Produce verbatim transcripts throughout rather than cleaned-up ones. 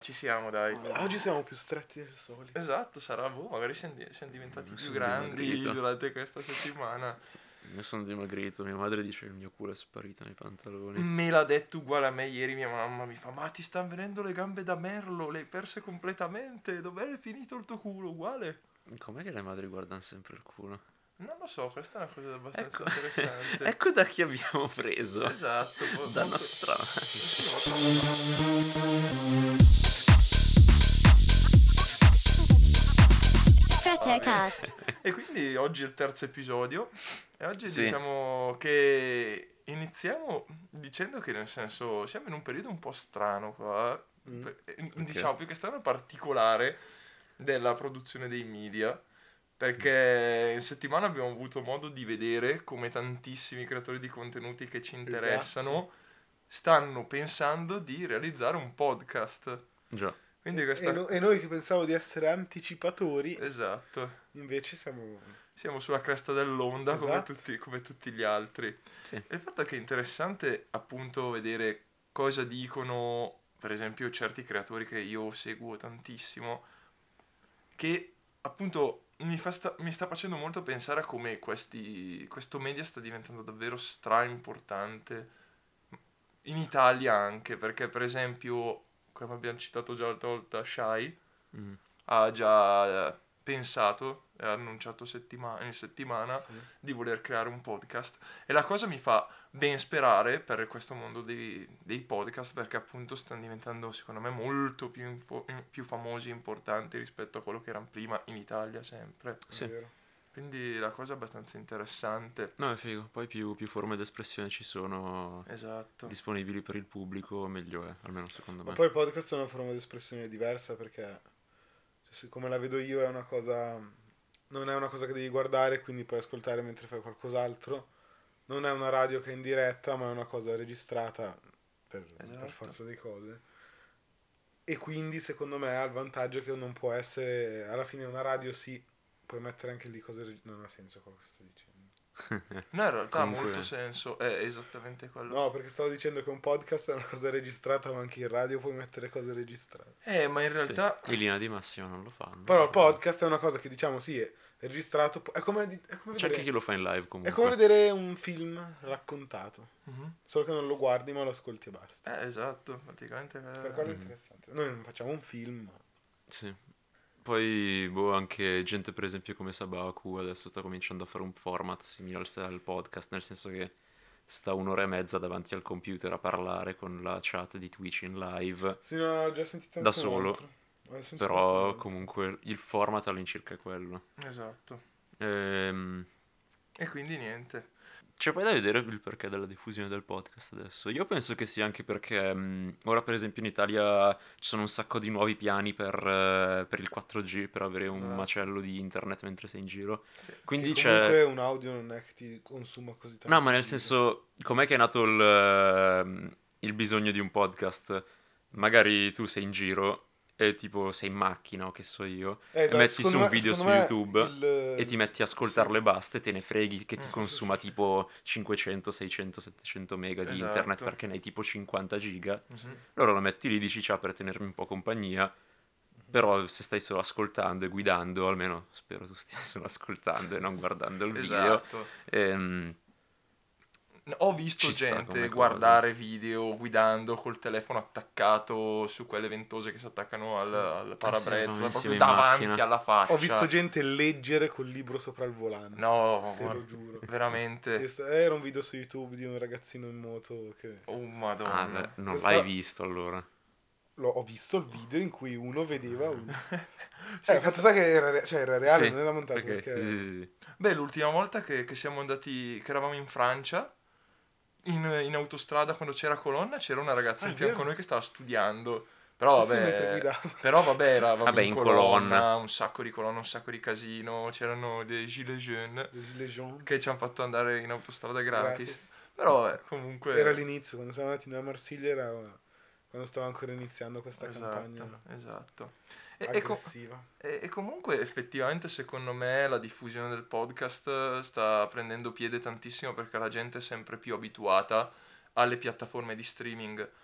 Ci siamo, dai. Oggi siamo più stretti del solito. Esatto, sarà, boh, magari siamo, di- siamo diventati Io più sono grandi dimagrito. durante questa settimana. Io sono dimagrito, mia madre dice che il mio culo è sparito nei pantaloni. Me l'ha detto uguale a me ieri mia mamma, mi fa, ma ti stanno venendo le gambe da merlo, le hai perse completamente, dov'è finito il tuo culo, uguale? Com'è che le madri guardano sempre il culo? Non lo so, questa è una cosa abbastanza Ecco, interessante. ecco da chi abbiamo preso. Esatto, po- Da molto- nostra sì, Stratocast. E quindi oggi è il terzo episodio e oggi Sì. diciamo che iniziamo dicendo che nel senso siamo in un periodo un po' strano qua, Mm. per- eh, diciamo più che strano particolare della produzione dei media, perché in settimana abbiamo avuto modo di vedere come tantissimi creatori di contenuti che ci interessano stanno pensando di realizzare un podcast. Già. Quindi E, questa... no- e noi che pensavo di essere anticipatori, Esatto. invece siamo... Siamo sulla cresta dell'onda come, Esatto. tutti, come tutti gli altri. Sì. E il fatto è che è interessante appunto vedere cosa dicono, per esempio, certi creatori che io seguo tantissimo, che appunto mi, fa sta, mi sta facendo molto pensare a come questi, questo media sta diventando davvero stra importante in Italia anche, perché per esempio, come abbiamo citato già l'altra volta, Shai Mm. ha già eh, pensato e ha annunciato settima- in settimana Sì. di voler creare un podcast e la cosa mi fa ben sperare per questo mondo dei, dei podcast, perché appunto stanno diventando secondo me molto più, info- più famosi e importanti rispetto a quello che erano prima in Italia sempre, Sì. È vero. quindi la cosa è abbastanza interessante. No, è figo. Poi più, più forme d'espressione ci sono Esatto. disponibili per il pubblico, meglio è, almeno secondo me. Ma poi il podcast è una forma di espressione diversa perché, cioè, se- come la vedo io, è una cosa... Non è una cosa che devi guardare, quindi puoi ascoltare mentre fai qualcos'altro. Non è una radio che è in diretta, ma è una cosa registrata per, Esatto. per forza di cose. E quindi, secondo me, ha il vantaggio che non può essere... Alla fine una radio sì, puoi mettere anche lì cose... reg- Non ha senso quello che sto dicendo. No, in realtà Comunque- ha molto senso, è esattamente quello. No, perché stavo dicendo che un podcast è una cosa registrata, ma anche in radio puoi mettere cose registrate. Eh, ma in Sì. realtà... In linea di massima non lo fanno. Però il podcast è una cosa che, diciamo, sì, è registrato. È come, di- è come C'è vedere, anche chi lo fa in live è comunque. come vedere un film raccontato. Mhm. Solo che non lo guardi, ma lo ascolti e basta. Eh, esatto, praticamente... Per quello è Mhm. interessante. Noi non facciamo un film, ma... Sì. Poi, boh, anche gente per esempio come Sabaku adesso sta cominciando a fare un format simile al, al podcast, nel senso che sta un'ora e mezza davanti al computer a parlare con la chat di Twitch in live, Sì, no, ho già sentito Da anche un solo. altro. Ho sentito anche un però altro. comunque il format all'incirca è quello. Esatto. Ehm, E quindi niente. C'è poi da vedere il perché della diffusione del podcast adesso. Io penso che sia anche perché mh, ora per esempio in Italia ci sono un sacco di nuovi piani per, eh, per il quattro G, per avere un Esatto. macello di internet mentre sei in giro. Sì. Quindi Che c'è... comunque un audio non è che ti consuma così tanto. No, ma nel giga. senso, com'è che è nato il, ehm, il bisogno di un podcast? Magari tu sei in giro e tipo sei in macchina o che so io, Eh, e esatto, metti su secondo un me- video su secondo me YouTube il- e ti metti a ascoltarlo e basta e te ne freghi che ti Mm, sì, consuma sì, sì. tipo cinquecento, seicento, settecento mega di Esatto. internet perché ne hai tipo cinquanta giga. Mhm. Allora lo metti lì, dici ciao per tenermi un po' compagnia, però se stai solo ascoltando e guidando, almeno spero tu stia solo ascoltando e non guardando il video, Esatto. ehm, Ho visto Ci sta come gente cosa. guardare video guidando col telefono attaccato su quelle ventose che si attaccano al, Sì. al sì, parabrezza, bravissimi proprio in davanti macchina. alla faccia. Ho visto gente leggere col libro sopra il volante. No, Te guarda, lo giuro. veramente. Sì, sta- era un video su YouTube di un ragazzino in moto che... Oh, Ah, madonna. beh, non Questa- l'hai visto allora. L'ho, ho visto il video in cui uno vedeva uno. Sì, eh, fatto sta che era, re- cioè, era reale, Sì, non era montato ok, perché... sì, sì, sì. Beh, l'ultima volta che, che siamo andati, che eravamo in Francia, in, in autostrada quando c'era colonna, c'era una ragazza Ah, in è fianco a vero. noi che stava studiando. Però Sì, sì, mentre vabbè, guidava. però vabbè, eravamo Vabbè, in in colonna, colonna. un sacco di colonna, un sacco di casino, c'erano dei gilets jaunes Le Gilets jaunes. che ci hanno fatto andare in autostrada gratis. Gratis. Però eh, comunque... Era l'inizio, quando siamo andati noi a Marsiglia era quando stava ancora iniziando questa Esatto, campagna esatto. E, e co- aggressiva. e- e comunque effettivamente secondo me la diffusione del podcast sta prendendo piede tantissimo perché la gente è sempre più abituata alle piattaforme di streaming.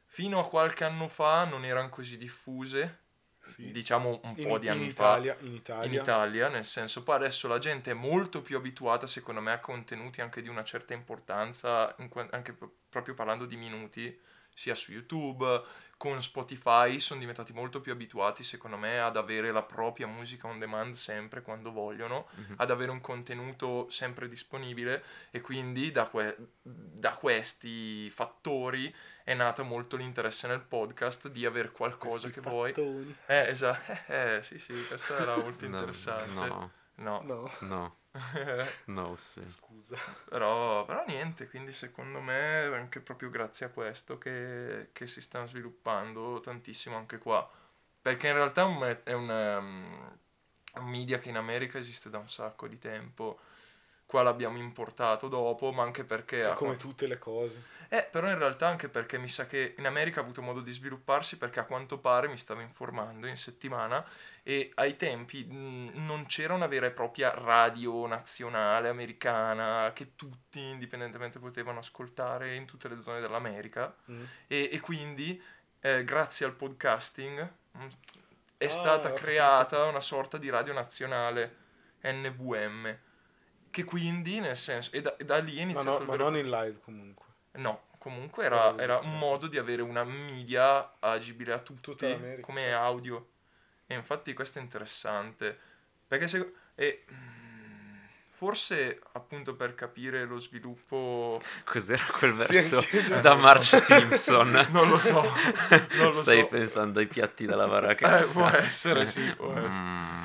fino a qualche anno fa non erano così diffuse, Sì. diciamo un In, po' di in anni Italia, fa in in Italia. Italia, nel senso poi adesso la gente è molto più abituata secondo me a contenuti anche di una certa importanza, in qua- anche p- proprio parlando di minuti, sia su YouTube, con Spotify sono diventati molto più abituati secondo me ad avere la propria musica on demand sempre quando vogliono, Mhm. ad avere un contenuto sempre disponibile e quindi da, que- da questi fattori è nato molto l'interesse nel podcast di avere qualcosa Questi che vuoi. fattoni. Eh, esatto, eh, eh, sì, sì, questa era molto No, interessante. no, No. No, no, no, sì. scusa. Però, però niente, quindi secondo me è anche proprio grazie a questo che, che si stanno sviluppando tantissimo anche qua. Perché in realtà è un, è un, um, un media che in America esiste da un sacco di tempo. Qua l'abbiamo importato dopo, ma anche perché... È ha come qua- tutte le cose. Eh, però in realtà anche perché mi sa che in America ha avuto modo di svilupparsi perché a quanto pare mi stavo informando in settimana e ai tempi mh, non c'era una vera e propria radio nazionale americana che tutti indipendentemente potevano ascoltare in tutte le zone dell'America Mm. e, e quindi eh, grazie al podcasting mh, è Ah, stata ho creata capito. una sorta di radio nazionale N V M che quindi nel senso e da, e da lì è Ma, no, iniziato il ma vero non in live comunque. No, comunque Era era, era un registrato. modo di avere una media agibile a Tutta tutti l'America. come audio. E infatti questo è interessante. Perché se... E, mm, forse appunto per capire lo sviluppo... Cos'era quel Sì, verso anch'io ci ho Eh, da non lo so. Marge Simpson? Non lo so, non lo Stai so. pensando ai piatti da lavare a Eh, può casa? essere, sì, può essere. Mm,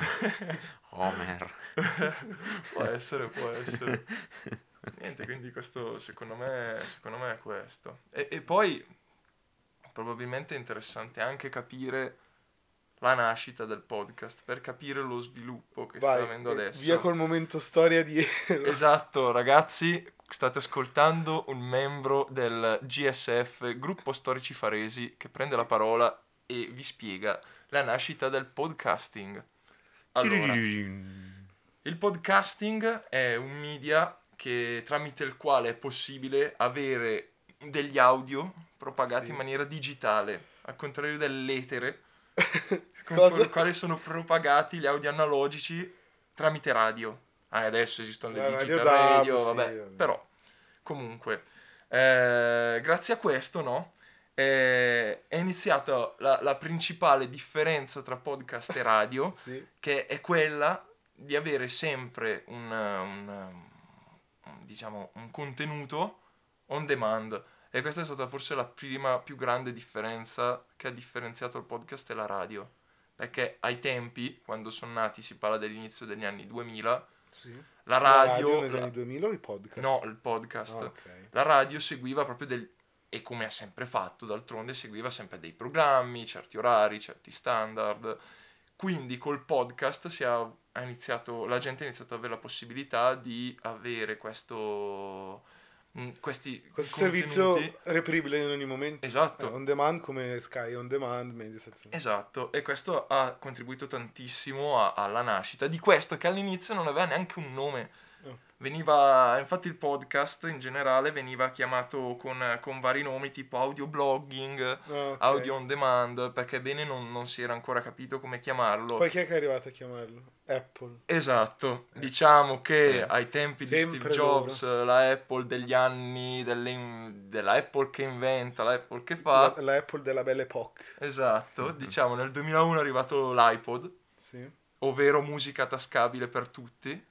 Homer. Può essere, può essere. Niente, quindi questo secondo me, secondo me è questo. E, e poi probabilmente è interessante anche capire la nascita del podcast, per capire lo sviluppo che sta Vai, avendo eh, via adesso. col momento storia di Eros. Esatto, ragazzi, state ascoltando un membro del G S F, Gruppo Storici Faresi, che prende la parola e vi spiega la nascita del podcasting. Allora, il podcasting è un media che, tramite il quale è possibile avere degli audio propagati Sì. in maniera digitale, al contrario dell'etere, con Cosa? il quale sono propagati gli audio analogici tramite radio. Ah, adesso esistono le La radio digital D A B, radio, sì, vabbè, vabbè. però comunque, eh, grazie a questo, no? Eh, è iniziata la, la principale differenza tra podcast e radio, Sì. che è quella di avere sempre un, un, un, diciamo, un contenuto on demand. E questa è stata forse la prima più grande differenza che ha differenziato il podcast e la radio. Perché ai tempi, quando sono nati, si parla dell'inizio degli anni duemila, Sì. la La radio radio... negli la- anni duemila o i podcast? No, il podcast. Ah, ok. La radio seguiva proprio del... E come ha sempre fatto, d'altronde seguiva sempre dei programmi, certi orari, certi standard. Quindi col podcast si è, ha iniziato, la gente ha iniziato ad avere la possibilità di avere questo, mh, questi Questo contenuti. servizio reperibile in ogni momento. Esatto. Eh, on demand come Sky on demand, Mediaset. Esatto, e questo ha contribuito tantissimo a- alla nascita di questo che all'inizio non aveva neanche un nome. Oh. Veniva, infatti il podcast in generale veniva chiamato con, con vari nomi tipo audio blogging, Ah, ok. audio on demand, perché bene non, non si era ancora capito come chiamarlo. Poi chi è che è arrivato a chiamarlo? Apple. Esatto, diciamo che Sì. ai tempi di Sempre Steve Jobs, la Apple degli anni, delle in- della Apple che inventa, la Apple che fa, La, la Apple della Belle Époque. esatto, diciamo nel duemilauno è arrivato l'iPod, Sì. ovvero musica tascabile per tutti,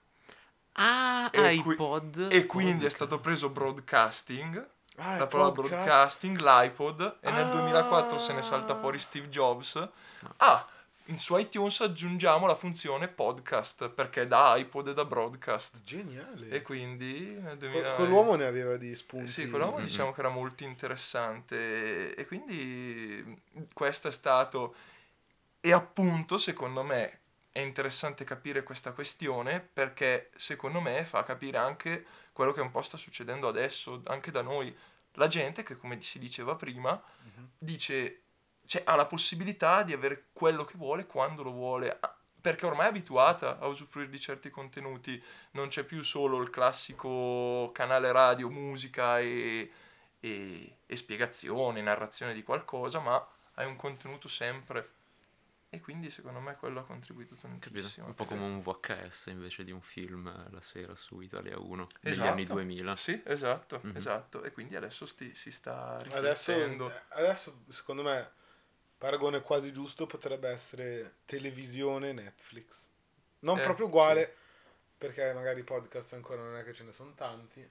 Ah, e, qui- iPod. e quindi è podcast. stato preso broadcasting, Ah, la il parola podcast. broadcasting, l'iPod, e nel Ah. duemilaquattro se ne salta fuori Steve Jobs. Ah, in su iTunes aggiungiamo la funzione podcast, perché da iPod e da broadcast. Geniale. E quindi nel Quel- duemila... Quell'uomo ne aveva di spunti. Sì, quell'uomo Mm-mm. diciamo che era molto interessante e quindi questo è stato... E appunto, secondo me, è interessante capire questa questione perché secondo me fa capire anche quello che un po' sta succedendo adesso, anche da noi. La gente che, come si diceva prima, Mhm. dice, cioè, ha la possibilità di avere quello che vuole quando lo vuole, ah, perché ormai è abituata a usufruire di certi contenuti. Non c'è più solo il classico canale radio, musica e, e, e spiegazione, narrazione di qualcosa, ma hai un contenuto sempre. E quindi secondo me quello ha contribuito Capito? tantissimo. Un po' come un V H S invece di un film eh, la sera su Italia uno degli Esatto. anni duemila. Sì, esatto, Mhm. esatto. E quindi adesso sti- si sta Adesso, riflettendo. adesso, secondo me, paragone quasi giusto potrebbe essere televisione Netflix. Non Eh, proprio uguale, perché magari i podcast ancora non è che ce ne sono tanti.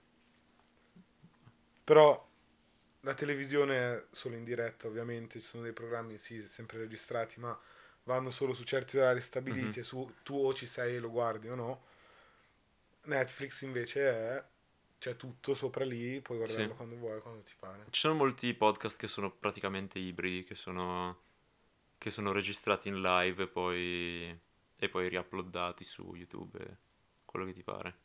Però la televisione è solo in diretta, ovviamente, ci sono dei programmi, sì, sempre registrati, ma vanno solo su certi orari stabiliti Mhm. e su, tu o ci sei e lo guardi o no. Netflix invece è, c'è tutto sopra lì, puoi guardarlo Sì. quando vuoi, quando ti pare. Ci sono molti podcast che sono praticamente ibridi, che sono, che sono registrati in live e poi, e poi riuploadati su YouTube, e quello che ti pare.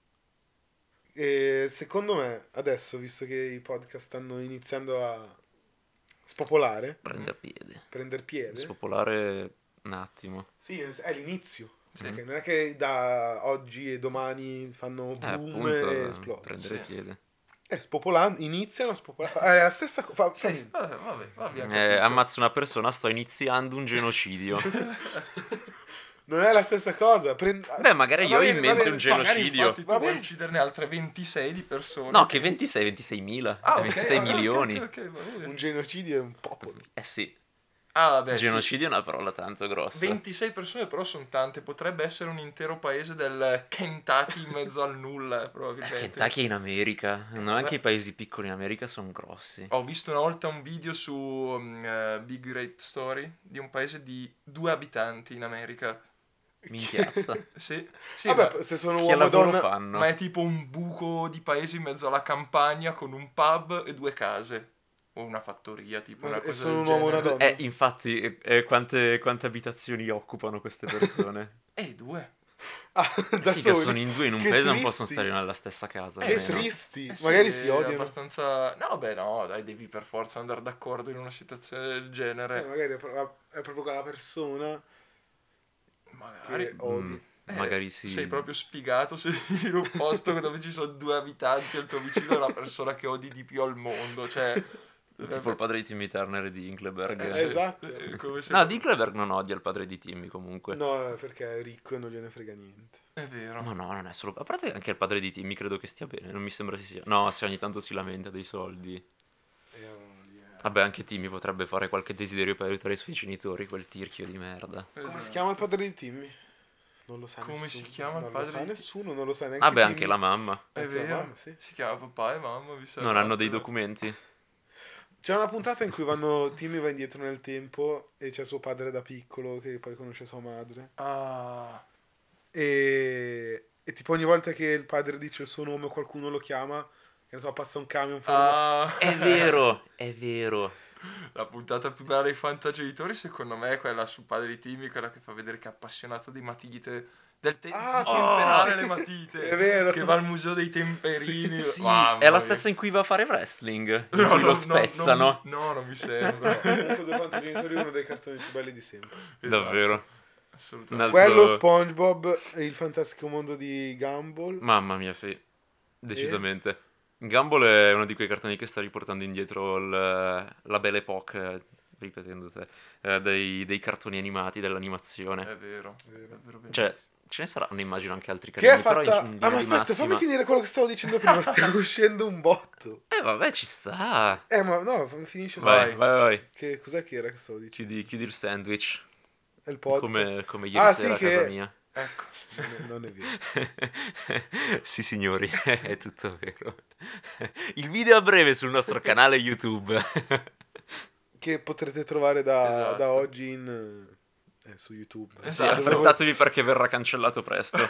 E secondo me, adesso, visto che i podcast stanno iniziando a spopolare, Prender piede. prendere piede, Spopolare un attimo. sì, è l'inizio. Sì. Ok, non è che da oggi e domani fanno Eh, boom appunto, e esplodono. prendere Sì. piede. Eh, spopolando, iniziano a spopolare. È la stessa cosa. Sì, vabbè, vabbè, va, abbiamo Eh, capito. ammazzo una persona, sto iniziando un genocidio. Non è la stessa cosa. Prend- Beh, magari Va io ho bene, in va mente bene. un Magari genocidio. infatti tu Vabbè. vuoi ucciderne altre ventisei di persone. No, che ventisei, ventisei-mila. Ah, ok, ventisei ah, ok, milioni. ok, ok, va bene. Un genocidio è un popolo. Eh sì, Ah, vabbè, sì. genocidio è una parola tanto grossa. ventisei persone però sono tante, potrebbe essere un intero paese del Kentucky in mezzo al nulla, eh, Eh, probabilmente. Kentucky è in America, no, vabbè. anche i paesi piccoli in America sono grossi. Ho visto una volta un video su um, eh, Big Great Story di un paese di due abitanti in America. Minchiazza. Sì, sì, Vabbè, ma, se sono Che uomo e lavoro donna. fanno? ma è tipo un buco di paese in mezzo alla campagna con un pub e due case. O una fattoria, tipo Ma una e cosa sono del un uomo e una genere. donna? Eh, infatti, eh, eh, quante, quante abitazioni occupano queste persone? E due. Ah, da Figa, soli. sono in due in un Che paese, non tristi. possono stare nella stessa casa. Che almeno. tristi. Eh sì, Magari si è odiano. abbastanza... No, beh, no, dai, devi per forza andare d'accordo in una situazione del Eh, genere. magari è, pro- è proprio quella persona Magari... che Mm, odi. Eh, magari sì. sei proprio sfigato se vivi in un posto dove ci sono due abitanti e il tuo vicino è la persona che odi di più al mondo. Cioè... Tipo il padre di Timmy Turner e di Ingleberg. Eh, Eh, sì, esatto. eh, come se... No, Dinkleberg non odia il padre di Timmy comunque. No, perché è ricco e non gliene frega niente. È vero. Ma no, non è solo... A parte che anche il padre di Timmy credo che stia bene, non mi sembra si sia... No, se ogni tanto si lamenta dei soldi. E io- Vabbè, anche Timmy potrebbe fare qualche desiderio per aiutare i suoi genitori, quel tirchio di merda. Come Esatto. si chiama il padre di Timmy? Non lo sa Come nessuno. si chiama il non padre lo sa di- nessuno, non lo sa neanche Vabbè, Timmy. anche la mamma. È Anche la vero. mamma, sì. Si chiama papà e mamma, mi sa. Non hanno basta. dei documenti? C'è una puntata in cui vanno, Timmy va indietro nel tempo e c'è suo padre da piccolo che poi conosce sua madre. Ah, E, e tipo ogni volta che il padre dice il suo nome qualcuno lo chiama, che ne so, passa un camion fuori. ah. È vero, è vero. La puntata più bella dei Fantagenitori secondo me è quella sul padre di Timmy, quella che fa vedere che è appassionato di matite, del te- Ah, di sì, temperare sì. le matite. È vero. Che va al museo dei temperini. Sì, Mamma è la mia. stessa in cui va a fare wrestling, in No, cui no, lo no, spezzano. No, no, non mi No, sembra. comunque Due Fantagenitori è uno dei cartoni più belli di sempre. Esatto, Davvero. assolutamente. Un altro- Quello, SpongeBob e il fantastico mondo di Gumball. Mamma mia, sì, decisamente. Gumball è uno di quei cartoni che sta riportando indietro il- la Belle Époque, ripetendo te, eh, dei, dei cartoni animati, dell'animazione. È vero, È vero. è vero, Cioè, bellissimo. ce ne saranno, immagino, anche altri Che è carini, però fatta... in, in Ah, ma linea di aspetta, fammi massima... finire quello che stavo dicendo prima. Stiamo uscendo un botto. Eh, vabbè, ci sta. Eh, ma no, fammi finisce Vai, solo. vai, vai. Che cos'è che era che stavo dicendo? Chiudi, chiudi il sandwich, È il podcast. come, come ieri Ah, sera sì, a casa che- mia. Ecco, non è, non è vero. Sì, signori, è tutto vero. Il video a breve sul nostro canale YouTube. Che potrete trovare da, Esatto. da oggi in, eh, su YouTube. Sì, Esatto. affrettatevi perché verrà cancellato presto.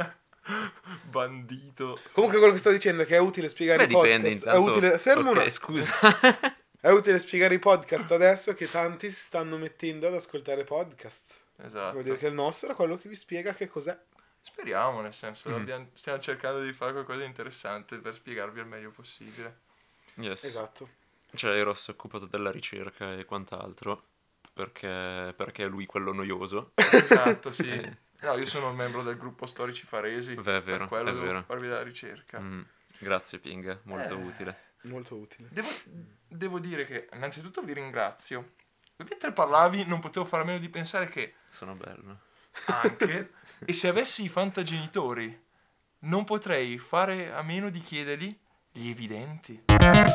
Bandito. Comunque quello che sto dicendo è che è utile spiegare Beh, i podcast. dipende intanto. È utile, fermo Ok, un attimo. scusa. È utile spiegare i podcast adesso che tanti si stanno mettendo ad ascoltare podcast. Esatto. Vuol dire che il nostro è quello che vi spiega che cos'è. Speriamo, nel senso, Mm. abbiamo- stiamo cercando di fare qualcosa di interessante per spiegarvi il meglio possibile. Yes. Esatto. Cioè, Eros si è occupato della ricerca e quant'altro. Perché, perché è lui quello noioso. Esatto, sì. Eh. No, io sono un membro del gruppo Storici Faresi. Beh, è vero, per quello è devo vero. farvi la ricerca. Mm, grazie, Ping, molto Eh. utile. Molto utile. Devo, devo dire che innanzitutto vi ringrazio. Mentre parlavi non potevo fare a meno di pensare che Sono bello. anche, e se avessi i fantagenitori, non potrei fare a meno di chiedergli gli evidenti.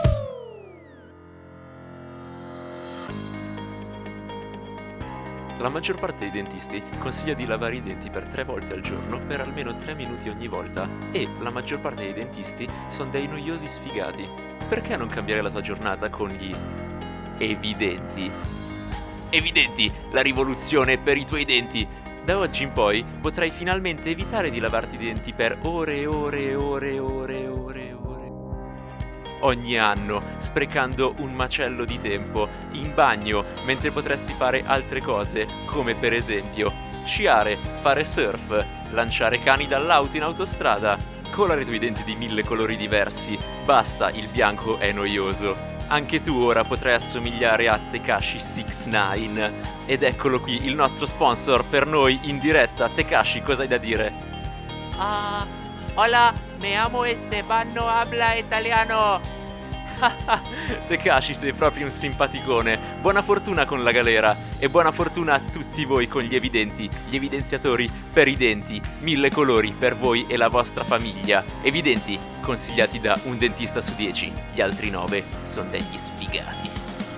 La maggior parte dei dentisti consiglia di lavare i denti per tre volte al giorno per almeno tre minuti ogni volta e la maggior parte dei dentisti sono dei noiosi sfigati. Perché non cambiare la tua giornata con gli evidenti? Evidenti, la rivoluzione per i tuoi denti! Da oggi in poi potrai finalmente evitare di lavarti i denti per ore e ore e ore e ore e ore e ore ogni anno, sprecando un macello di tempo in bagno, mentre potresti fare altre cose, come per esempio sciare, fare surf, lanciare cani dall'auto in autostrada, colore i tuoi denti di mille colori diversi, basta, il bianco è noioso. Anche tu ora potrai assomigliare a Tekashi sei nove. Ed eccolo qui, il nostro sponsor per noi in diretta. Tekashi, cosa hai da dire? Ah, hola, me llamo Estefano, habla italiano. Tekashi, sei proprio un simpaticone. Buona fortuna con la galera e buona fortuna a tutti voi con gli evidenti, gli evidenziatori per i denti, mille colori per voi e la vostra famiglia. Evidenti, consigliati da un dentista su dieci, gli altri nove sono degli sfigati.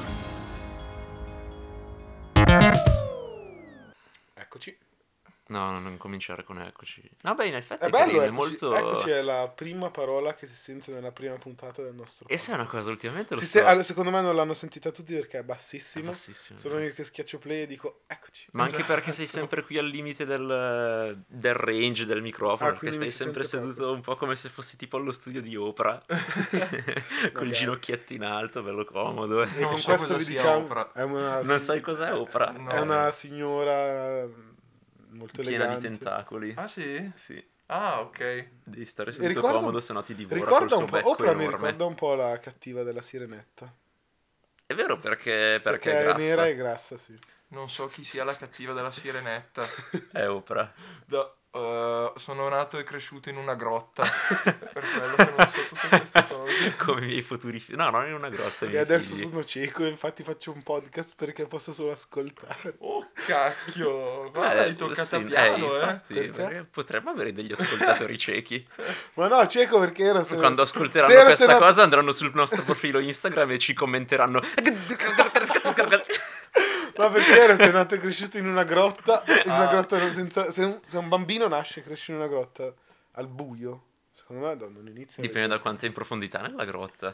Eccoci. No, no, non cominciare con eccoci. Vabbè, in effetti È è, bello, carino, è eccoci. molto... Eccoci è la prima parola che si sente nella prima puntata del nostro E sai una podcast. cosa, ultimamente lo Si sto... se- allora, secondo me non l'hanno sentita tutti perché è È bassissimo. bassissimo. Sono io che schiaccio play e dico eccoci. Ma anche perché sei Esatto. sempre qui al limite del, del range del microfono, Ah, perché quindi stai mi si sempre sente seduto proprio. un po' come se fossi tipo allo studio di Oprah, col Magari. ginocchietto in alto, bello comodo. E Non con so questo cosa vi sia diciamo Oprah. è una Non si- sai cos'è Oprah? No. È una signora molto Piena di elegante. tentacoli. Ah sì? Sì, Ah, ok. devi stare E seduto ricorda- comodo, se no ti divora col Ricorda suo un po', becco Oprah mi enorme. ricorda un po' la cattiva della Sirenetta. È vero perché, perché, Perché è è grassa. nera e grassa, sì. Non so chi sia la cattiva della Sirenetta. È Oprah. Da- eh, sono nato e cresciuto in una grotta. Per quello che non so tutte queste cose. Come i miei futuri figli. No, non in una grotta, i E miei adesso figli. sono cieco e infatti faccio un podcast perché posso solo ascoltare. Oh cacchio! Qua Beh, l'hai toccata sì, piano, eh. infatti, Perché? perché potremmo avere degli ascoltatori ciechi. Ma no, cieco perché ero se- Quando se- ascolteranno se ero questa senato- cosa andranno sul nostro profilo Instagram e ci commenteranno. Ma perché ero sei nato e cresciuto in una grotta? In una Ah. grotta non senza... se, un, se un bambino nasce e cresce in una grotta al buio, secondo me non inizia. Dipende da quanto è in profondità nella grotta.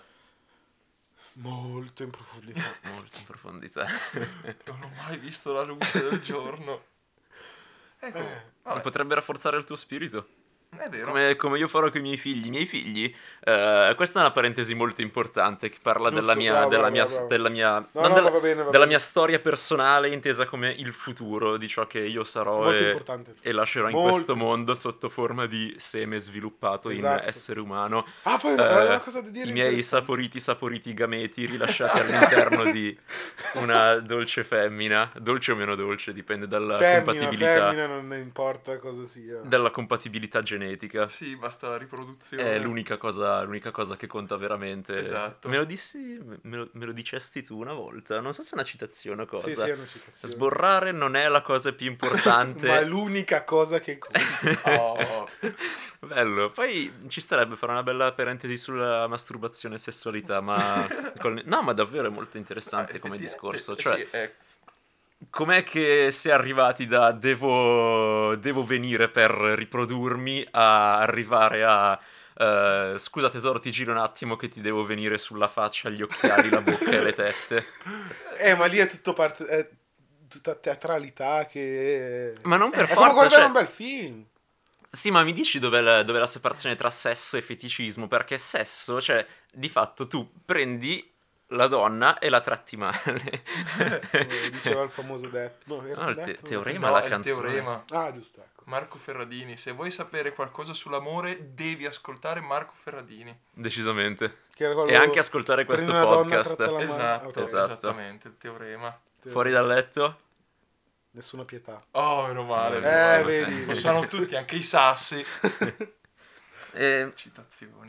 Molto in profondità. Molto in profondità. Non ho mai visto la luce del giorno. Ecco, Eh. vabbè, Potrebbe rafforzare il tuo spirito. è vero. Come, come io farò con i miei figli. I miei figli, eh, questa è una parentesi molto importante che parla Giusto, della mia, bravo, della, bravo, mia, bravo. della mia, No, non no, della, va bene, va della bene. mia storia personale intesa come il futuro di ciò che io sarò Molto e, importante. e lascerò in Molto questo importante. mondo sotto forma di seme sviluppato Esatto. in essere umano. Ah, poi Eh, avevo una cosa da dire I miei interessante. saporiti saporiti gameti rilasciati all'interno di una dolce femmina, dolce o meno dolce, dipende dalla Femmina, compatibilità femmina, non ne importa cosa sia. dalla compatibilità genetica. Sì, basta la riproduzione. È l'unica cosa, l'unica cosa che conta veramente. Esatto. Me lo dissi, me lo, me lo dicesti tu una volta. Non so se è una citazione o cosa. Sì, sì, è una citazione. Sborrare non è la cosa più importante. Ma è l'unica cosa che conta. Oh, Bello. Poi ci starebbe fare una bella parentesi sulla masturbazione e sessualità, ma col- no, ma davvero è molto interessante ah, come effettivamente, discorso. eh, Cioè, sì, è- com'è che si è arrivati da devo, devo venire per riprodurmi a arrivare a eh, scusa tesoro, ti giro un attimo che ti devo venire sulla faccia, gli occhiali, la bocca e le tette. Eh, ma lì è tutto parte... è tutta teatralità che... Ma non per è forza, come guardare cioè- un bel film. Sì, ma mi dici dov'è la, dov'è la separazione tra sesso e feticismo? Perché sesso, cioè, di fatto tu prendi la donna e la tratti male. Come diceva il famoso detto. No, era No, il detto, te- no? teorema, no, la è il canzone. teorema. Ah, giusto, ecco. Marco Ferradini, se vuoi sapere qualcosa sull'amore, devi ascoltare Marco Ferradini. Decisamente. Che era quello- E anche ascoltare prendi questo una donna, podcast. trattala male. Esatto, Ok. Esatto. esattamente, il teorema. Fuori dal letto? Nessuna pietà. Oh, meno male. Eh, meno male. vedi. Lo sanno tutti, anche i sassi. E Citazioni.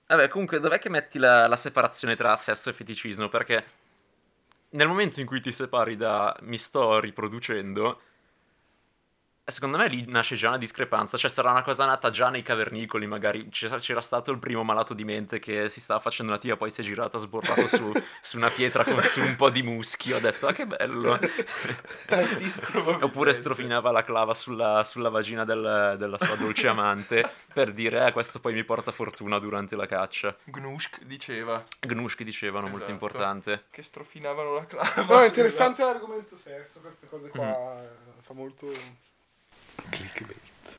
Vabbè, comunque, dov'è che metti la, la separazione tra sesso e feticismo? Perché nel momento in cui ti separi da mi sto riproducendo, secondo me lì nasce già una discrepanza. Cioè, sarà una cosa nata già nei cavernicoli, magari c'era, c'era stato il primo malato di mente che si stava facendo una tia, poi si è girato, ha sborrato su, su una pietra con su un po' di muschi. Ho detto, ah, che bello. Oppure strofinava la clava sulla, sulla vagina del- della sua dolce amante per dire, eh, questo poi mi porta fortuna durante la caccia. Gnushk diceva Gnushki dicevano, molto Esatto. importante. che strofinavano la clava. No, è interessante l'argomento sesso, queste cose qua. Mm-hmm. eh, Fa molto... Clickbait.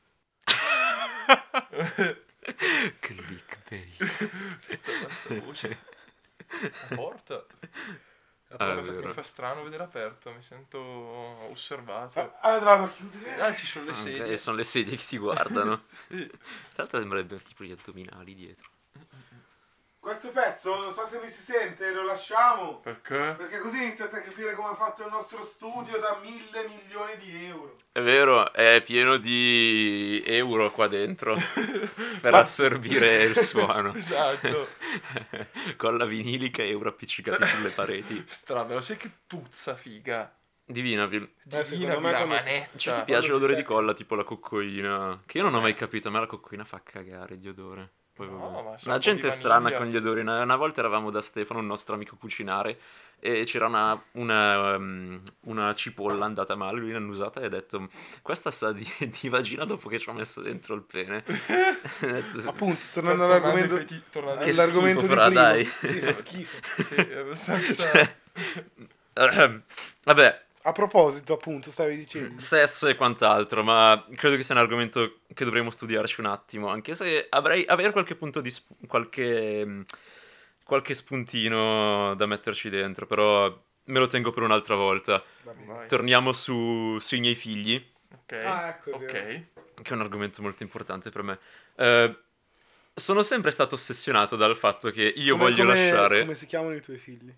Clickbait. Bassa voce. La porta. La Ah, è porta mi vero. fa strano vedere aperta, mi sento osservato. Ah, ah, vado a chiudere. Ah, ci sono le Ok, sedie. sono le sedie che ti guardano. Sì. Tra l'altro sembrerebbero tipo gli addominali dietro. Questo pezzo, non so se mi si sente, lo lasciamo. Perché? Perché così iniziate a capire come è fatto il nostro studio da mille milioni di euro. È vero, è pieno di euro qua dentro per Ma- assorbire il suono. Esatto. Colla vinilica e euro appiccicati sulle pareti. Strano, sai che puzza, figa. Divinaville. Beh, Divina secondo me la quando si- Cioè, maneccia. ti piace si l'odore di secca. colla, tipo la coccoina? Che io non ho mai capito, a me la coccoina fa cagare di odore. Poi, No, vabbè. ma sa un La po' gente di è strana vaniglia. con gli odori. Una, una volta eravamo da Stefano, un nostro amico cucinare, e c'era una, una, um, una cipolla andata male, lui l'ha annusata e ha detto questa sa di, di vagina dopo che ci ho messo dentro il pene. Ha detto, Appunto, tornando Tornando all'argomento, ai feti- tornando Che ai- all'argomento schifo, di però, prima. dai. Sì, fa schifo. Sì, è abbastanza... cioè, ehm, vabbè, A proposito, appunto, stavi dicendo. sesso e quant'altro, ma credo che sia un argomento che dovremmo studiarci un attimo, anche se avrei avere qualche punto di sp- qualche mh, qualche spuntino da metterci dentro, però me lo tengo per un'altra volta. Va bene. Vai. Torniamo su, sui miei figli, Ok. Ah, ecco, è ok. vero. che è un argomento molto importante per me. Eh, sono sempre stato ossessionato dal fatto che io Come- voglio come- lasciare. Come si chiamano i tuoi figli?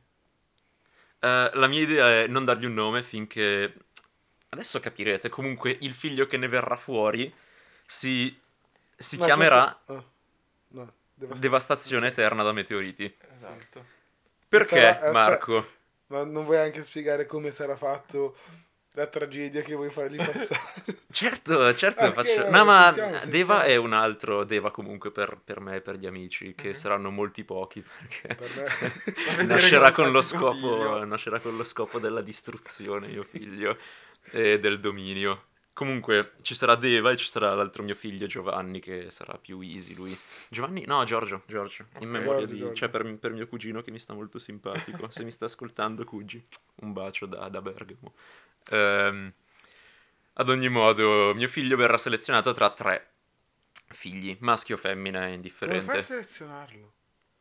Eh, la mia idea è non dargli un nome finché... Adesso capirete, comunque il figlio che ne verrà fuori si, si Ma chiamerà aspetta- ah, no, devastazione. Devastazione Eterna da Meteoriti. Esatto. Perché, sarà- aspetta. Marco? Ma non vuoi anche spiegare come sarà fatto la tragedia che vuoi fargli passare? Certo, certo, Ah, ok, faccio... vabbè, No, ma sentiamo, Deva sentiamo. è un altro Deva comunque per, per me e per gli amici, che Mhm. saranno molti pochi, perché Per me. vedere nascerà come con, lo fai tuo scopo, figlio. nascerà con lo scopo della distruzione, mio figlio, e del dominio. Comunque, ci sarà Deva e ci sarà l'altro mio figlio, Giovanni, che sarà più easy lui. Giovanni? No, Giorgio, Giorgio, in Ok. memoria Giorgio, di... Giorgio. Cioè, per, per mio cugino che mi sta molto simpatico. Se mi sta ascoltando, Cugi, un bacio da, da Bergamo. Ehm, ad ogni modo, mio figlio verrà selezionato tra tre figli, maschio o femmina, è Come fai a indifferente. selezionarlo?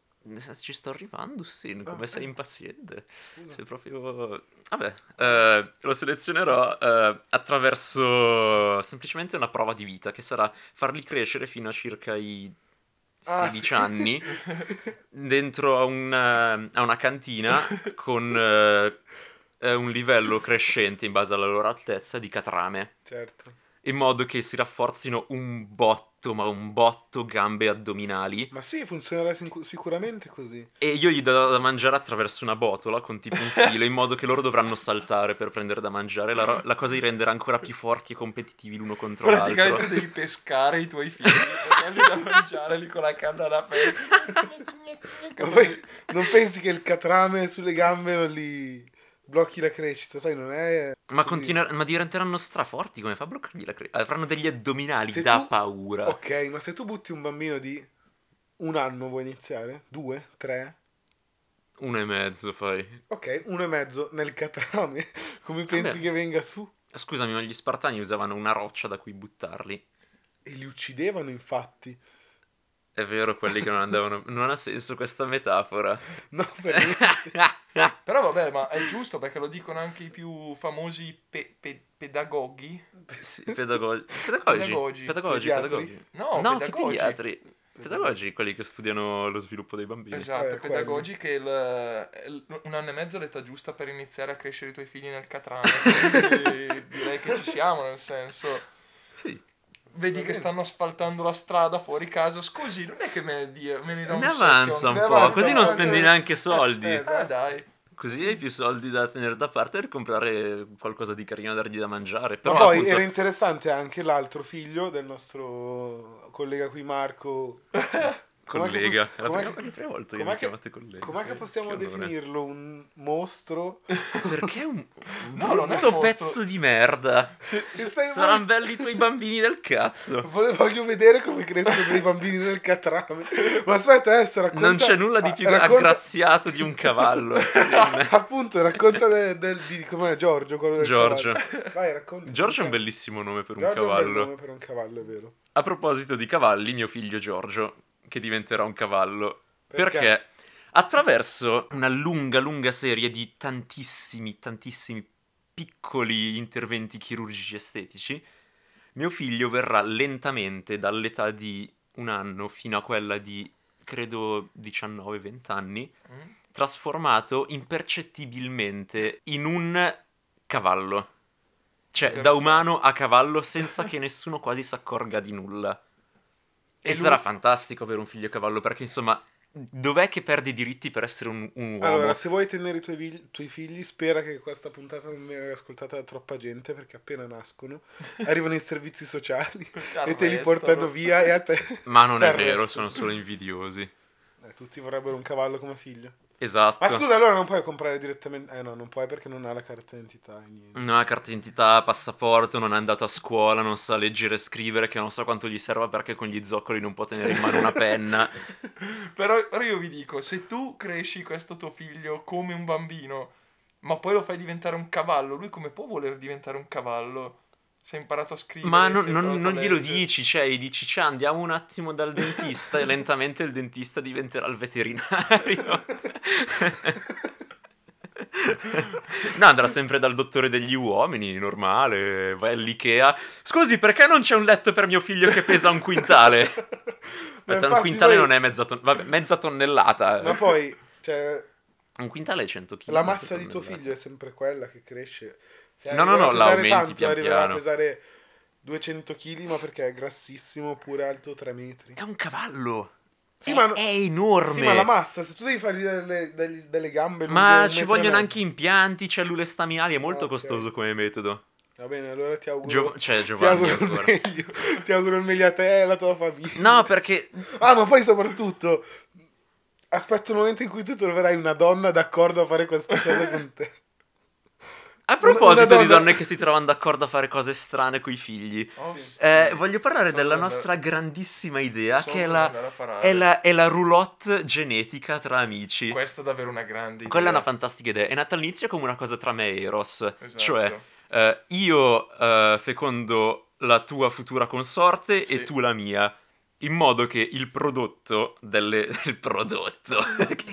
Ci sto arrivando, sì, come Ah, sei eh. impaziente. Scusa. Sei proprio... Vabbè, eh, lo selezionerò eh, attraverso semplicemente una prova di vita, che sarà farli crescere fino a circa i Ah, sedici sì. anni dentro a una, a una cantina con eh, eh, un livello crescente in base alla loro altezza di catrame, Certo. in modo che si rafforzino un botto, ma un botto gambe e addominali. Ma sì, funzionerà sic- sicuramente così. E io gli do da mangiare attraverso una botola con tipo un filo, in modo che loro dovranno saltare per prendere da mangiare. La, ro- la cosa li renderà ancora più forti e competitivi l'uno contro l'altro. Praticamente devi pescare i tuoi figli e dargli da mangiare lì con la canna da pesca. Ma poi non pensi che il catrame sulle gambe non li blocchi la crescita, sai, non è... Ma, così. continua- ma diventeranno straforti, come fa a bloccargli la crescita? Avranno degli addominali Se da tu- paura. Ok, ma se tu butti un bambino di un anno vuoi iniziare? Due? Tre? Uno e mezzo fai. Ok, uno e mezzo nel catrame. Come pensi Vabbè. che venga su? Scusami, ma gli spartani usavano una roccia da cui buttarli. E li uccidevano, infatti. È vero, quelli che non andavano... Non ha senso questa metafora. No, per niente. Però vabbè, ma è giusto perché lo dicono anche i più famosi pe- pe- pedagoghi. Sì, pedagogi. Pedagogi. Pedagogi. Pedagogi, Pediatri? pedagogi. No, No, che pedagogi. pediatri. Pedagogi, quelli che studiano lo sviluppo dei bambini. Esatto, Eh, pedagogi che il, il- un anno e mezzo è l'età giusta per iniziare a crescere i tuoi figli nel catrame. Quindi direi che ci siamo, nel senso... Sì. vedi Va che bene. stanno asfaltando la strada fuori casa, scusi, non è che me ne, dia- me ne dà un Ne secchio? avanza un Ne po', avanza, così non avanza. spendi neanche soldi. Eh, Ah, esatto. dai. Così hai più soldi da tenere da parte per comprare qualcosa di carino da dargli da mangiare. Ma Però poi appunto, era interessante anche l'altro figlio del nostro collega qui Marco. Com'è che collega, pos- è la com'è prima, che- la prima volta che com'è mi che- chiamate collega. Com'è che Sì, possiamo che onore. definirlo? Un mostro? Perché un, un No, non è un brutto mostro. pezzo di merda. Che stai- Saranno belli i tuoi bambini del cazzo. Voglio voglio vedere come crescono dei bambini nel catrame. Ma aspetta, adesso racconta... Non c'è nulla di ah, più racconta- aggraziato di un cavallo insieme. Appunto, racconta del, del- di com'è Giorgio, quello del Giorgio. cavallo. Vai, racconta. Giorgio è un bellissimo nome per un Giorgio è un bel cavallo. nome per un cavallo, è vero. A proposito di cavalli, mio figlio Giorgio, che diventerà un cavallo. Perché? Perché attraverso una lunga, lunga serie di tantissimi, tantissimi piccoli interventi chirurgici estetici, mio figlio verrà lentamente dall'età di un anno fino a quella di, credo, diciannove venti anni, Mm? trasformato impercettibilmente in un cavallo. Cioè, da Interessante. umano a cavallo senza che nessuno quasi si accorga di nulla. E, E sarà lui- fantastico avere un figlio cavallo, perché insomma, dov'è che perdi i diritti per essere un, un uomo? Allora, se vuoi tenere i tuoi, vi- tuoi figli, spera che questa puntata non venga ascoltata da troppa gente, perché appena nascono arrivano i servizi sociali e te li Arrestano. portano via e a te... Ma non è Ti vero, arrestano. sono solo invidiosi. Eh, tutti vorrebbero un cavallo come figlio. Esatto. Ma scusa, allora non puoi comprare direttamente... Eh no, non puoi perché non ha la carta d'identità e niente. Non ha carta d'identità, passaporto, non è andato a scuola, non sa leggere e scrivere, che non so quanto gli serva perché con gli zoccoli non può tenere in mano una penna. Però, però io vi dico, se tu cresci questo tuo figlio come un bambino, ma poi lo fai diventare un cavallo, lui come può voler diventare un cavallo? Si è imparato a scrivere, Ma si non, è non- imparato non a glielo leggere. dici, cioè, gli dici, ciao, andiamo un attimo dal dentista e lentamente il dentista diventerà il veterinario. No, andrà sempre dal dottore degli uomini, normale, vai all'Ikea. Scusi, perché non c'è un letto per mio figlio che pesa un quintale? Ma Aspetta, un infatti quintale poi- non è mezza, ton- vabbè, mezza tonnellata. Ma poi, cioè, Un quintale è cento chili. la massa di tuo figlio è sempre quella che cresce. Se No, no, arriverà no, a pesare l'aumenti tanto, pian arriverà piano. a pesare duecento chili, ma perché è grassissimo, oppure alto tre metri. È un cavallo. Sì, è, ma no- è enorme. Sì, ma la massa, se tu devi fargli delle, delle- delle gambe lunghe Ma un ci metro e vogliono mezzo. anche impianti, cellule staminali, è molto Ok. costoso come metodo. Va bene, allora ti auguro... Gio- cioè, ti Giovanni auguro ancora. il meglio. Ti auguro il meglio a te e alla tua famiglia. No, perché Ah, ma poi soprattutto... Aspetto il momento in cui tu troverai una donna d'accordo a fare questa cosa con te. a proposito una donna- di donne che si trovano d'accordo a fare cose strane coi figli, Oh, Sì. sti- eh, voglio parlare so della dove nostra andare- grandissima idea, so che è dove la, andare a parare. è, la, è la roulotte genetica tra amici. Questa è davvero una grande idea. Quella è una fantastica idea. È nata all'inizio come una cosa tra me e Eros. Esatto. Cioè, eh, io eh, fecondo la tua futura consorte Sì. e tu la mia. In modo che il prodotto delle... il prodotto...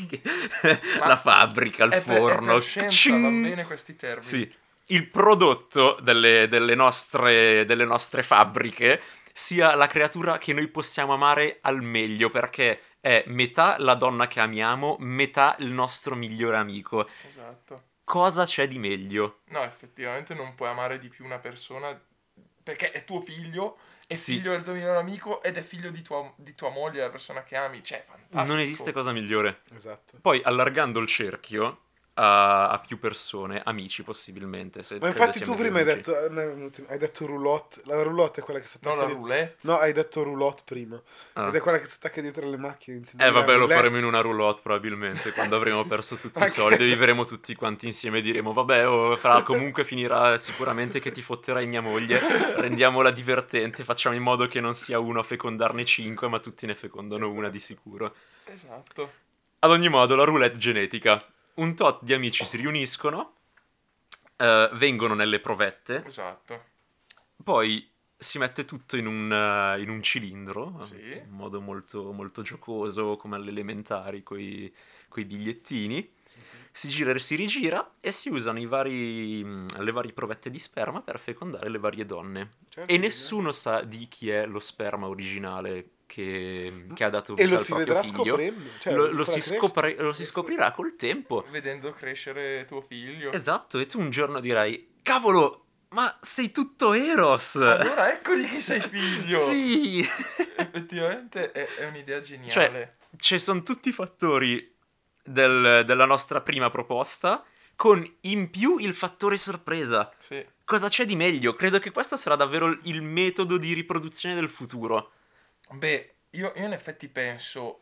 Ma la fabbrica, il È per, è forno... per scienza, Kcing! va bene questi termini. Sì, il prodotto delle, delle nostre, delle nostre fabbriche sia la creatura che noi possiamo amare al meglio, perché è metà la donna che amiamo, metà il nostro migliore amico. Esatto. Cosa c'è di meglio? No, effettivamente non puoi amare di più una persona perché è tuo figlio, è Sì. figlio del tuo migliore amico ed è figlio di tua, di tua moglie, la persona che ami. Cioè, è fantastico. Non esiste cosa migliore. Esatto. Poi, allargando il cerchio a, a più persone, amici possibilmente. Se Ma credo infatti sia tu meglio prima hai amici. detto, eh, no, è venuto- hai detto roulotte. La roulotte è quella che si attacca No, la dietro- roulette. No, hai detto roulotte prima. Ah. Ed è quella che si attacca dietro le macchine. Eh intendevi la vabbè, lo roulette? faremo in una roulotte probabilmente, quando avremo perso tutti i Anche soldi e se- vivremo tutti quanti insieme e diremo vabbè, oh, fra comunque finirà sicuramente che ti fotterai mia moglie, rendiamola divertente, facciamo in modo che non sia uno a fecondarne cinque, ma tutti ne fecondano una di sicuro. Esatto. Ad ogni modo, la roulette genetica. Un tot di amici si riuniscono, eh, vengono nelle provette, Esatto. poi si mette tutto in un, eh, in un cilindro, Sì. in modo molto, molto giocoso, come alle elementari, coi, coi bigliettini. Si gira e si rigira e si usano i vari, mh, le varie provette di sperma per fecondare le varie donne. Certo, E sì. nessuno sa di chi è lo sperma originale che, che ha dato E vita lo al si proprio vedrà figlio. scoprendo. Cioè, lo, lo con la si crescita. scopre- lo si scoprirà col tempo. Vedendo crescere tuo figlio. Esatto, e tu un giorno dirai, cavolo, ma sei tutto Eros! Allora ecco di chi sei figlio! Sì! Effettivamente è, è un'idea geniale. Cioè, ci sono tutti i fattori del- della nostra prima proposta, con in più il fattore sorpresa. Sì. Cosa c'è di meglio? Credo che questo sarà davvero il metodo di riproduzione del futuro. Beh, io, io in effetti penso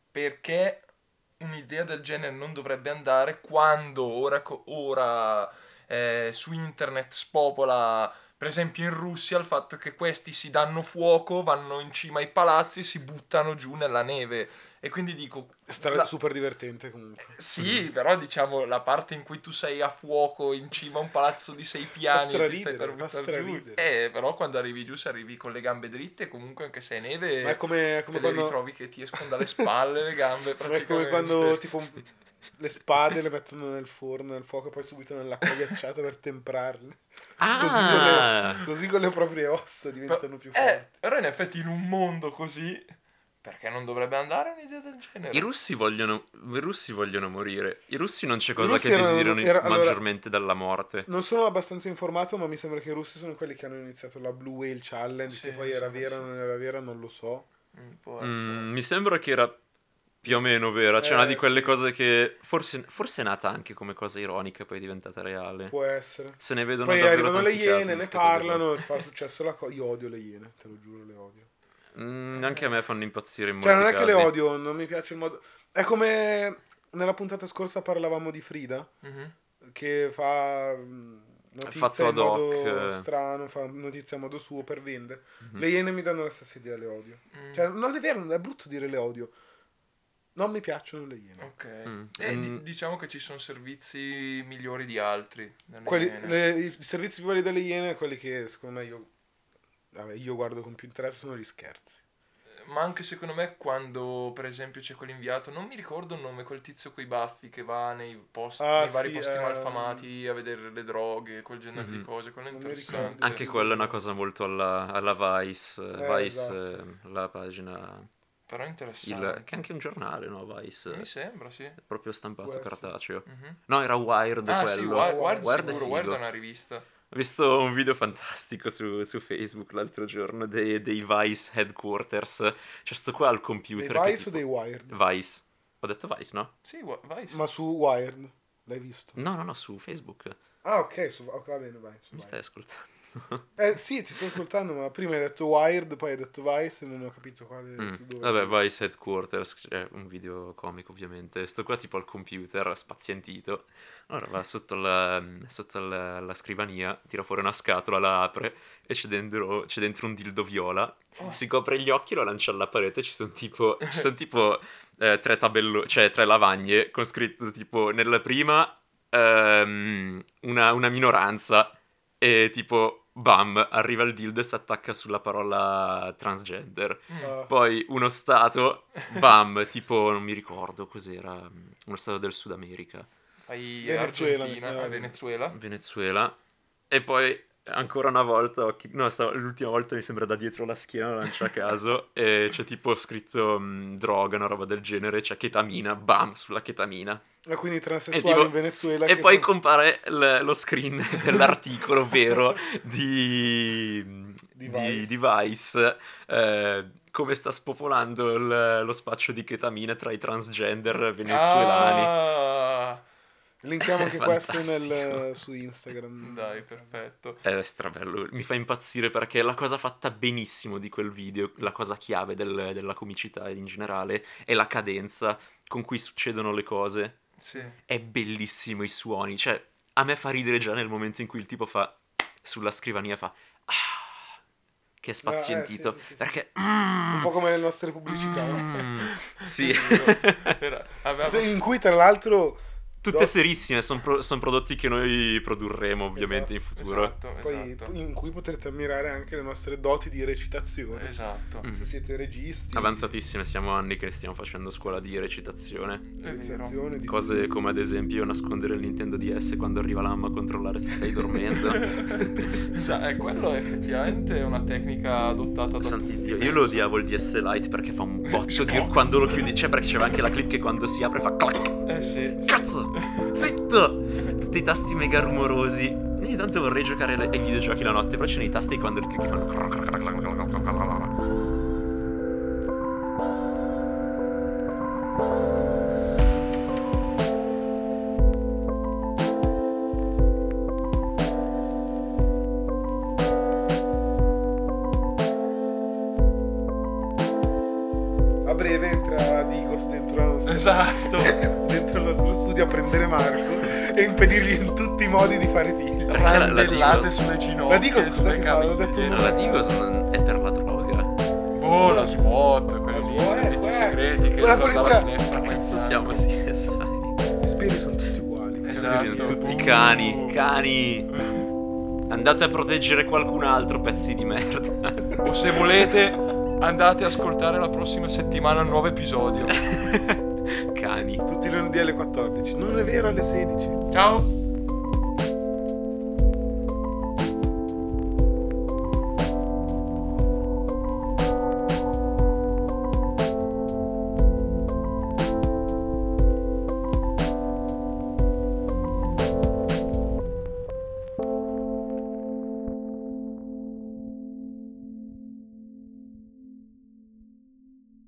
perché un'idea del genere non dovrebbe andare quando ora, co- ora eh, su internet spopola, per esempio in Russia, il fatto che questi si danno fuoco, vanno in cima ai palazzi e si buttano giù nella neve. E quindi dico... Sta la- super divertente comunque. Sì, però diciamo la parte in cui tu sei a fuoco in cima a un palazzo di sei piani e ti stai straridere, per fa buttare giù. straridere. Eh, però quando arrivi giù, se arrivi con le gambe dritte, comunque anche se è neve, Ma è come, è come te le quando... ritrovi che ti escono dalle spalle le gambe Ma è come praticamente. quando tipo le spade le mettono nel forno, nel fuoco e poi subito nell'acqua ghiacciata per temprarle. Così, con Ah! le, così con le proprie ossa diventano più Eh, forti. però in effetti in un mondo così, perché non dovrebbe andare un'idea del genere? I russi vogliono, i russi vogliono morire. I russi non c'è I cosa russi che erano- desiderano era- allora- maggiormente dalla morte. Non sono abbastanza informato, ma mi sembra che i russi sono quelli che hanno iniziato la Blue Whale Challenge, Sì, che poi mi era sembra vera o sì. non era vera, non lo so. Mm, può essere. Mm, mi sembra che era più o meno vera. C'è Eh, una di quelle sì. cose che forse, forse è nata anche come cosa ironica e poi è diventata reale. Può essere. Se ne vedono Poi davvero arrivano le tanti casi iene, di ne ste cose qua. parlano, fa successo la cosa. Io odio le iene, te lo giuro, le odio. Mm, anche a me fanno impazzire in Cioè, molti non è che casi. le odio, non mi piace il modo... È come nella puntata scorsa parlavamo di Frida, Mhm. che fa mm, Fatto notizia in ad hoc, modo eh. strano, fa notizia a modo suo per vendere. Mhm. Le iene mi danno la stessa idea, le odio. Mm. Cioè, non è vero, è brutto dire le odio. Non mi piacciono le iene. Ok. Mm. E di- Mm. diciamo che ci sono servizi migliori di altri. nelle Quelli- iene. le- I servizi più belli delle iene, quelli che secondo me io, vabbè, io guardo con più interesse, sono gli scherzi. Ma anche secondo me quando per esempio c'è quell'inviato, non mi ricordo il nome, quel tizio coi baffi che va nei, posti, Ah, nei vari sì, posti ehm, malfamati a vedere le droghe, quel genere Mhm. di cose, quello è Non mi interessante. ricordo. Anche quella è una cosa molto alla, alla Vice. Eh, Vice, esatto. eh, la pagina... Però è Il, interessante. che è anche un giornale, no? Vice. Mi sembra, sì. Proprio stampato Può essere. cartaceo. Mhm. No, era Wired Ah quello. sì, Wired, Wired Wired è sicuro, figo. Wired è una rivista. Ho visto un video fantastico su, su Facebook l'altro giorno dei, dei Vice Headquarters. C'è sto qua al Dei computer. che Vice o tipo- dei Wired? Vice. Ho detto Vice, no? Sì, Wi- Vice. Ma su Wired, l'hai visto? No, no, no, su Facebook. Ah, ok, su, ok, va bene, vai. Su Mi Wired. stai ascoltando? Eh sì, ti sto ascoltando, ma prima hai detto Wired, poi hai detto Vice e non ho capito quale Mm. su dove. Vabbè, Vice Headquarters, c'è un video comico ovviamente. Sto qua tipo al computer, spazientito. Allora va sotto la, sotto la, la scrivania, tira fuori una scatola, la apre e c'è dentro, c'è dentro un dildo viola. Oh. Si copre gli occhi, lo lancia alla parete, ci sono tipo, ci son tipo eh, tre tabello, cioè tre lavagne con scritto tipo nella prima ehm, una, una minoranza e tipo bam, arriva il dildo e si attacca sulla parola transgender. Mm. Ah, Poi uno stato, bam, tipo non mi ricordo cos'era, uno stato del Sud America, Fai Venezuela, Argentina, mettiamo. ah, Venezuela. Venezuela, e poi ancora una volta, occhi- no, stavo- l'ultima volta mi sembra da dietro la schiena, lo lancia a caso, e c'è tipo scritto mh, droga, una roba del genere, c'è ketamina, bam, sulla ketamina. e quindi i E, transessuali tipo- in Venezuela e che poi fanno- compare l- lo screen dell'articolo vero di, Di di, Vice. di Vice, eh, come sta spopolando il- lo spaccio di ketamina tra i transgender venezuelani. Ah, Linkiamo anche È questo fantastico. nel, su Instagram. dai, perfetto. È strabello, mi fa impazzire perché la cosa fatta benissimo di quel video, la cosa chiave del- della comicità in generale, è la cadenza con cui succedono le cose. Sì. È bellissimo i suoni, cioè a me fa ridere già nel momento in cui il tipo fa sulla scrivania fa ah, che è spazientito, sì, sì, sì, sì. perché Un po' come le nostre pubblicità, no? Mm, sì. Era- aveva- In cui tra l'altro Tutte do- serissime, sono prodotti che noi produrremo ovviamente in Esatto, futuro. Esatto, poi esatto. in cui potrete ammirare anche le nostre doti di recitazione. Esatto. Mm. Se siete registi, Avanzatissime, siamo anni che stiamo facendo scuola di recitazione. È vero. realizzazione di Cose come ad esempio nascondere il Nintendo D S quando arriva la mamma a controllare se stai dormendo. Sa, eh, quello effettivamente è una tecnica adottata da Santi tutti, Dio, io penso. lo odiavo il D S Lite perché fa un botto di... Scocco. quando lo chiudi, cioè perché c'era anche la clip che quando si apre fa clac. Eh sì. Cazzo! Zitto! Tutti i tasti mega rumorosi. ogni tanto vorrei giocare ai videogiochi la notte, però c'è nei tasti quando li clicchi fanno... A breve entrerà Digos dentro la nostra Esatto. dentro il nostro studio a prendere Marco e impedirgli in tutti i modi di fare figli. Perché la- la Randellate dico- sulle ginocchia. La dico, scusa, sulle che fa? L'ho caviglie. detto un La Digos non- è per la droga. Oh, la SWAT, quelli La lì, SWAT, servizi eh, segreti che quella guardano polizia- la finestra. Cazzo siamo, sì, esatto. Gli spiri sono tutti uguali. Esatto. Tutti Uh. cani, cani. Andate a proteggere qualcun altro, pezzi di merda. O se volete, andate a ascoltare la prossima settimana un nuovo episodio. Cani. Tutti i lunedì alle quattordici. Non è vero, alle sedici. Ciao.